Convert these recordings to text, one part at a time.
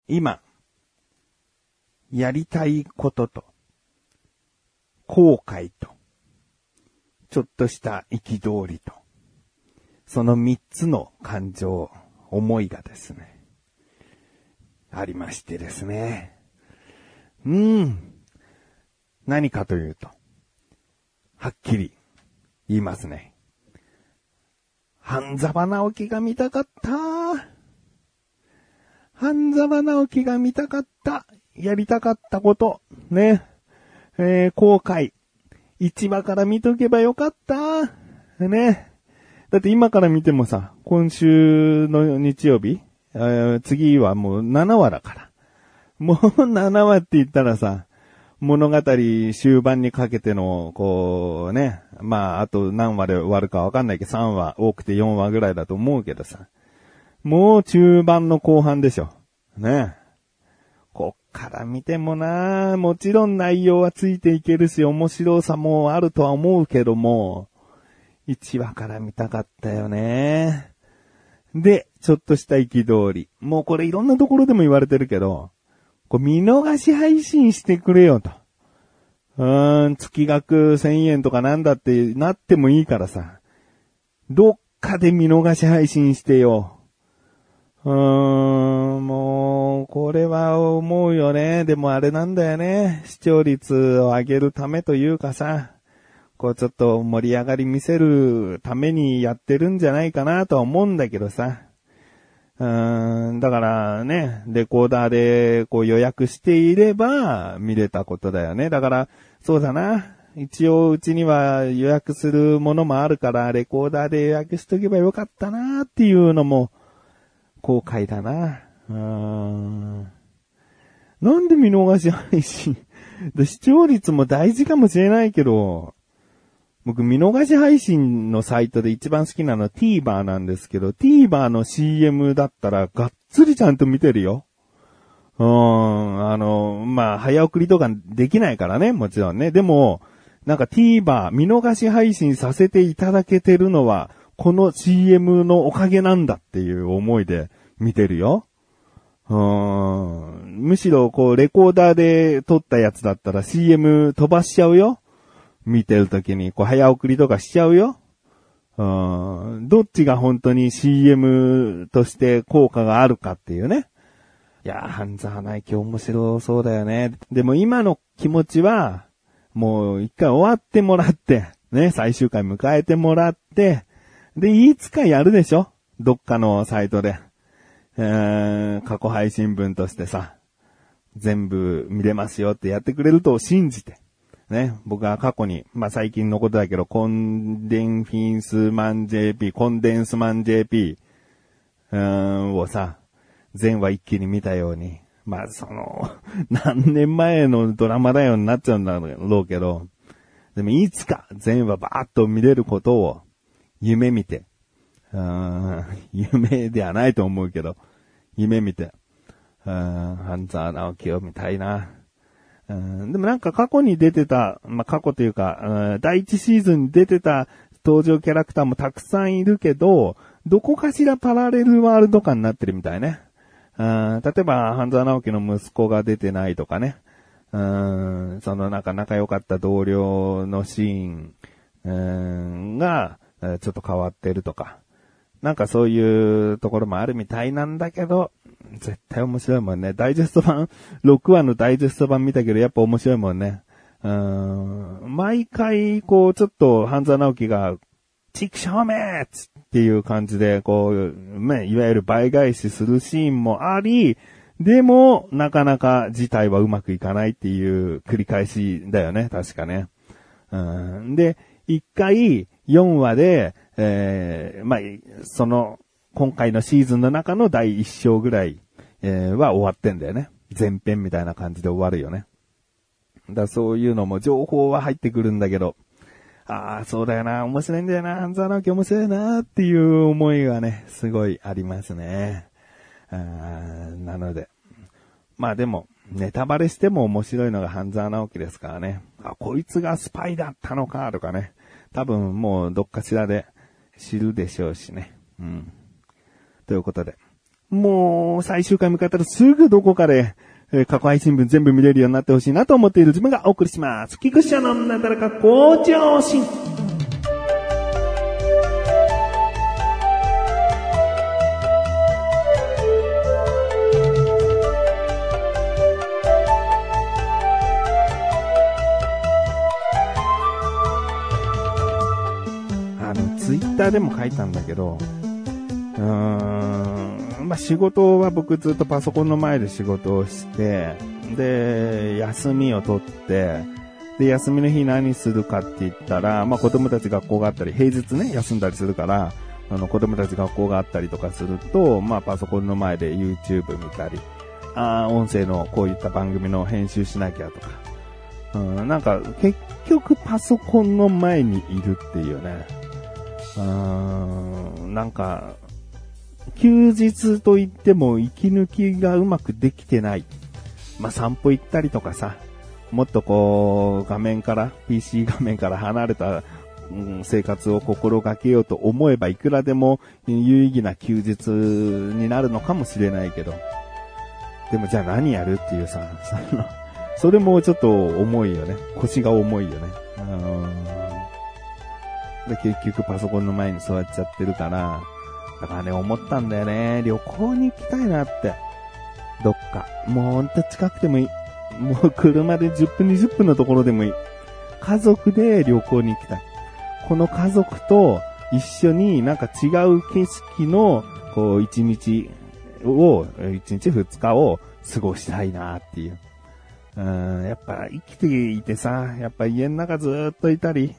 今、やりたいことと、後悔と、ちょっとした憤りと、その3つの感情、思いがですね、ありましてですね。何かというと、はっきり言いますね。半沢直樹が見たかった。半沢直樹が見たかった。やりたかったこと。ね。後悔。1話から見とけばよかった。ね。だって今から見てもさ、今週の日曜日、次はもう7話だから。もう7話って言ったらさ、物語終盤にかけての、こうね、まあ、あと何話で終わるかわかんないけど、3話、多くて4話ぐらいだと思うけどさ、もう中盤の後半でしょ。ね。こっから見てもな、もちろん内容はついていけるし、面白さもあるとは思うけども、1話から見たかったよね。で、ちょっとした憤り。もうこれいろんなところでも言われてるけど、こう見逃し配信してくれよと。月額1000円とかなんだってなってもいいからさ。どっかで見逃し配信してよ。もう、これは思うよね。でもあれなんだよね。視聴率を上げるためというかさ、こうちょっと盛り上がり見せるためにやってるんじゃないかなとは思うんだけどさ。だからね、レコーダーでこう予約していれば見れたことだよね。だから、そうだな。一応うちには予約するものもあるから、レコーダーで予約しとけばよかったなっていうのも、後悔だな。なんで見逃し配信視聴率も大事かもしれないけど、僕見逃し配信のサイトで一番好きなのは TVer なんですけど、TVer の CM だったらがっつりちゃんと見てるよ。まあ、早送りとかできないからね、もちろんね。でも、なんか TVer 見逃し配信させていただけてるのは、この CM のおかげなんだっていう思いで見てるよ。むしろこうレコーダーで撮ったやつだったら CM 飛ばしちゃうよ。見てるときにこう早送りとかしちゃうよ。どっちが本当に CM として効果があるかっていうね。いやー、半沢直樹面白そうだよね。でも今の気持ちは、もう一回終わってもらって、ね、最終回迎えてもらって、で、いつかやるでしょ？どっかのサイトで。過去配信分としてさ、全部見れますよってやってくれると信じて。ね、僕は過去に、まあ、最近のことだけど、コンデンスマン JP をさ、全話一気に見たように、まあ、何年前のドラマだよになっちゃうんだろうけど、でもいつか全話バーッと見れることを夢見て、夢ではないと思うけど、夢見て、半沢直樹を見たいな。でもなんか過去に出てた、まあ、過去というか、第一シーズンに出てた登場キャラクターもたくさんいるけど、どこかしらパラレルワールド感になってるみたいね。例えば、半沢直樹の息子が出てないとかね。なんか仲良かった同僚のシーン、が、ちょっと変わってるとか。なんかそういうところもあるみたいなんだけど、絶対面白いもんね。ダイジェスト版、6話のダイジェスト版見たけどやっぱ面白いもんね。毎回こうちょっと半沢直樹が、畜生めーっていう感じでこう、ね、いわゆる倍返しするシーンもあり、でもなかなか事態はうまくいかないっていう繰り返しだよね、確かね。で、一回4話で、まあ、今回のシーズンの中の第1章ぐらい、は終わってんだよね。前編みたいな感じで終わるよね。だそういうのも情報は入ってくるんだけど、そうだよな、面白いんだよな、半沢直樹面白いなっていう思いがね、すごいありますね。なので、まあでも、ネタバレしても面白いのが半沢直樹ですからね。こいつがスパイだったのかとかね。多分もうどっかしらで知るでしょうしね。ということで、 もう最終回迎えたらすぐどこかで、過去配信分全部見れるようになってほしいなと思っている自分がお送りします。菊池のなだらか向上心。ツイッターでも書いたんだけど、仕事は僕ずっとパソコンの前で仕事をして、で、休みを取って、で、休みの日何するかって言ったら、子供たち学校があったり、平日ね、休んだりするから、子供たち学校があったりとかすると、パソコンの前で YouTube 見たり、音声のこういった番組の編集しなきゃとか、結局パソコンの前にいるっていうね。休日といっても息抜きがうまくできてない。散歩行ったりとかさ、もっとPC 画面から離れた、生活を心がけようと思えばいくらでも有意義な休日になるのかもしれないけど。でもじゃあ何やるっていうさ、それもちょっと重いよね。腰が重いよね。で、結局パソコンの前に座っちゃってるから、だからね、思ったんだよね。旅行に行きたいなって。どっか。もうほんと近くてもいい。もう車で10分20分のところでもいい。家族で旅行に行きたい。この家族と一緒に違う景色の、1日2日を過ごしたいなっていう。やっぱ生きていてさ、やっぱ家の中ずーっといたり、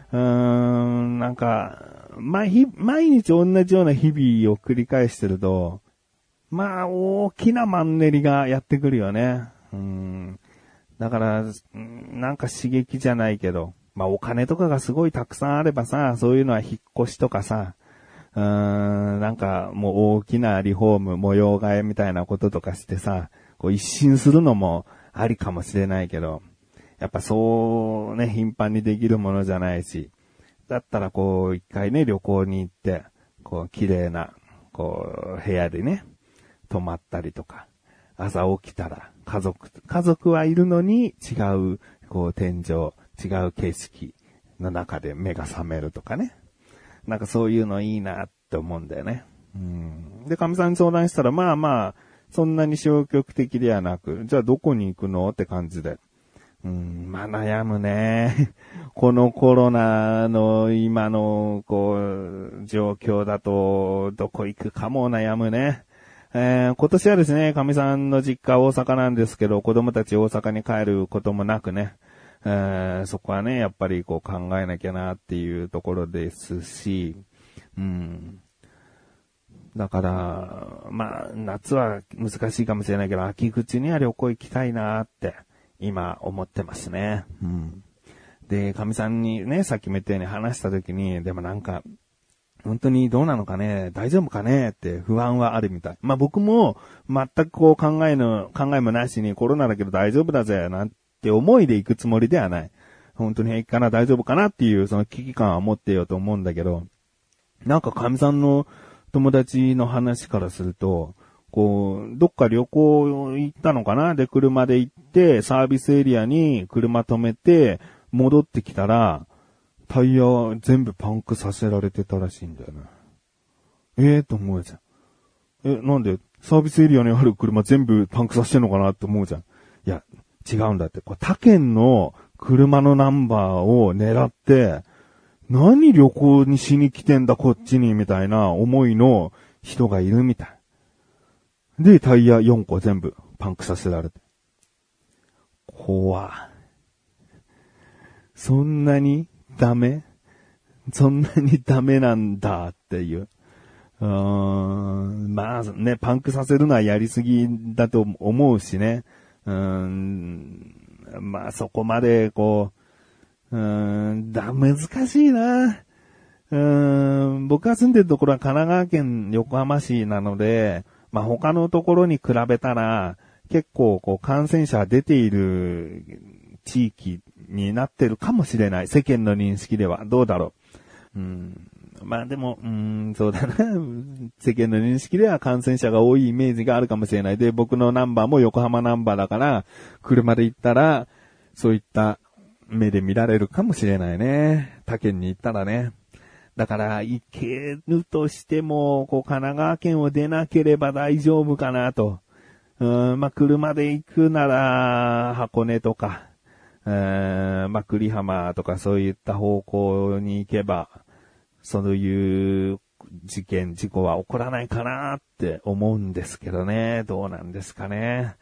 毎日同じような日々を繰り返してると、大きなマンネリがやってくるよね。だから、刺激じゃないけど、お金とかがすごいたくさんあればさ、そういうのは引っ越しとかさ、もう大きなリフォーム、模様替えみたいなこととかしてさ、一新するのもありかもしれないけど、やっぱそうね、頻繁にできるものじゃないし、だったら一回ね、旅行に行って、綺麗な、部屋でね、泊まったりとか、朝起きたら家族はいるのに違う、天井、違う景色の中で目が覚めるとかね。そういうのいいなって思うんだよね。で、かみさんに相談したら、そんなに消極的ではなく、じゃあどこに行くのって感じで。悩むね。このコロナの今の、状況だと、どこ行くかも悩むね。今年はですね、かみさんの実家大阪なんですけど、子供たち大阪に帰ることもなくね、そこはね、やっぱり考えなきゃなっていうところですし、だから、夏は難しいかもしれないけど、秋口には旅行行きたいなって、今思ってますね。で、かみさんにね、さっきも言ったように話した時に、でも本当にどうなのかね、大丈夫かねって不安はあるみたい。僕も全く考えもなしにコロナだけど大丈夫だぜ、なんて思いで行くつもりではない。本当に平気かな、大丈夫かなっていうその危機感は持ってようと思うんだけど、かみさんの友達の話からすると、どっか旅行行ったのかなで、車で行って、サービスエリアに車止めて、戻ってきたら、タイヤ全部パンクさせられてたらしいんだよね。と思うじゃん。なんで、サービスエリアにある車全部パンクさせてんのかなって思うじゃん。いや、違うんだって。他県の車のナンバーを狙って、何旅行にしに来てんだこっちにみたいな思いの人がいるみたい。で、タイヤ4個全部パンクさせられて。怖。そんなにダメなんだっていう。パンクさせるのはやりすぎだと思うしね。そこまで難しいな。僕が住んでるところは神奈川県横浜市なので、他のところに比べたら、結構感染者出ている地域になってるかもしれない。世間の認識では。どうだろう。 まあでも、そうだな。世間の認識では感染者が多いイメージがあるかもしれない。で、僕のナンバーも横浜ナンバーだから、車で行ったら、そういった目で見られるかもしれないね。他県に行ったらね。だから、行けるとしても、神奈川県を出なければ大丈夫かなと。まあ、車で行くなら、箱根とか、まあ、栗浜とかそういった方向に行けば、そういう事故は起こらないかなって思うんですけどね。どうなんですかね。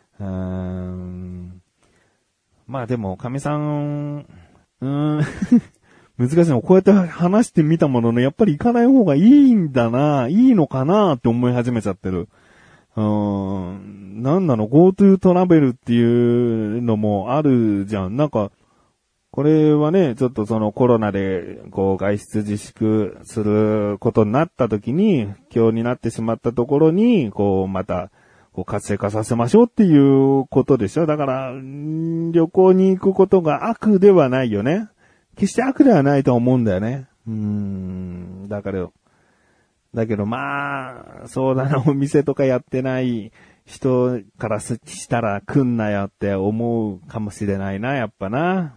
まあでも、神さん、難しいの。こうやって話してみたものの、やっぱり行かない方がいいんだな、いいのかなって思い始めちゃってる。なんなの ?GoTo トラベルっていうのもあるじゃん。なんか、これはね、ちょっとそのコロナで、外出自粛することになった時に、不況になってしまったところに、また、活性化させましょうっていうことでしょ。だから、旅行に行くことが悪ではないよね。決して悪ではないと思うんだよね。だけどまあ、そうだな、お店とかやってない人からしたら来んなよって思うかもしれないな、やっぱな。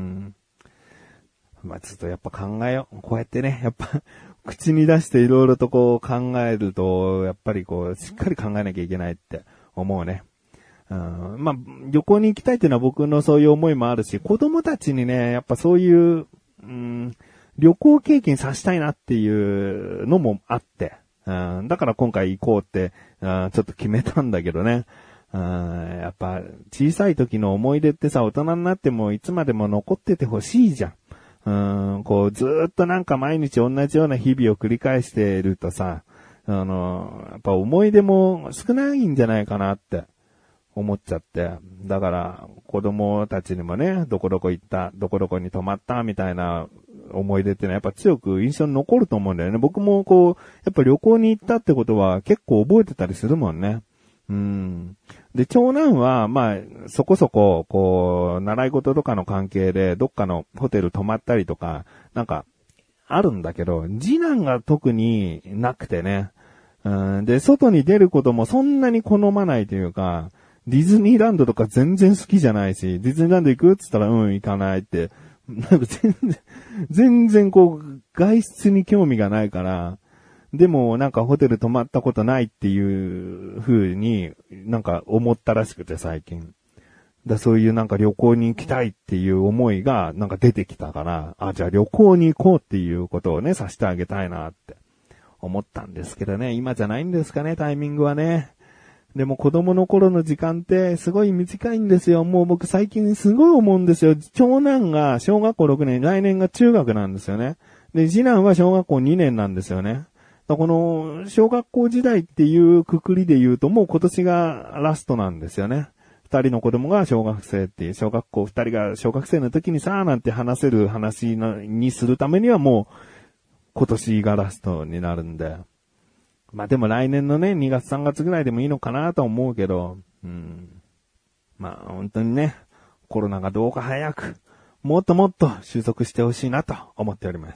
まあちょっとやっぱ考えよう。こうやってね、やっぱ、口に出していろいろと考えると、やっぱりしっかり考えなきゃいけないって思うね。まあ、旅行に行きたいっていうのは僕のそういう思いもあるし、子供たちにね、やっぱそういう、旅行経験させたいなっていうのもあって、だから今回行こうって、ちょっと決めたんだけどね。やっぱ小さい時の思い出ってさ、大人になってもいつまでも残っててほしいじゃん。ずーっとなんか毎日同じような日々を繰り返しているとさ、やっぱ思い出も少ないんじゃないかなって思っちゃって。だから子供たちにもね、どこどこ行った、どこどこに泊まったみたいな思い出ってのはやっぱ強く印象に残ると思うんだよね。僕もやっぱ旅行に行ったってことは結構覚えてたりするもんね。で、長男は、まあ、そこそこ、習い事とかの関係で、どっかのホテル泊まったりとか、なんか、あるんだけど、次男が特になくてね。で、外に出ることもそんなに好まないというか、ディズニーランドとか全然好きじゃないし、ディズニーランド行くって言ったら、行かないって。なんか全然外出に興味がないから、でもなんかホテル泊まったことないっていう風になんか思ったらしくて最近。そういうなんか旅行に行きたいっていう思いがなんか出てきたから、じゃあ旅行に行こうっていうことをね、させてあげたいなって思ったんですけどね、今じゃないんですかね、タイミングはね。でも子供の頃の時間ってすごい短いんですよ。もう僕最近すごい思うんですよ。長男が小学校6年、来年が中学なんですよね。で、次男は小学校2年なんですよね。この小学校時代っていうくくりで言うともう今年がラストなんですよね。二人の子供が小学生っていう、小学校二人が小学生の時にさなんて話せる話にするためにはもう今年がラストになるんで。まあでも来年のね、2月3月ぐらいでもいいのかなと思うけど、まあ本当にね、コロナがどうか早く、もっともっと収束してほしいなと思っております。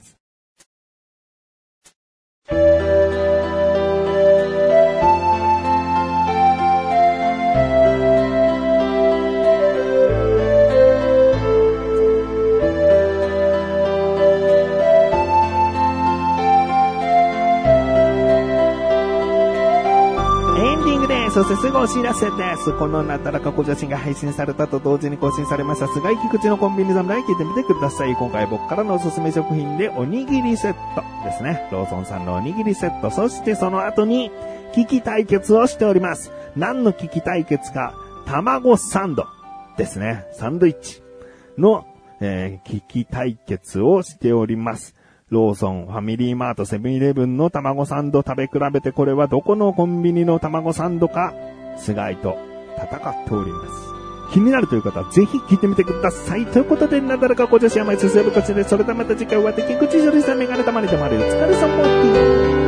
そしてすぐお知らせです。このなだらか小写真が配信されたと同時に更新されました菅井菊池のコンビニ侍聞いてみてください。今回僕からのおすすめ食品でおにぎりセットですね。ローソンさんのおにぎりセット。そしてその後に危機対決をしております。何の危機対決か、卵サンドですね。サンドイッチの、危機対決をしております。ローソン、ファミリーマート、セブンイレブンの卵サンド食べ比べてこれはどこのコンビニの卵サンドか、菅井と戦っております。気になるという方はぜひ聞いてみてください。ということで、なだらかご女子甘いすすやぶこちで、それではまた次回は敵口処理さんメガネたまりでもあるよ。お疲れ様です。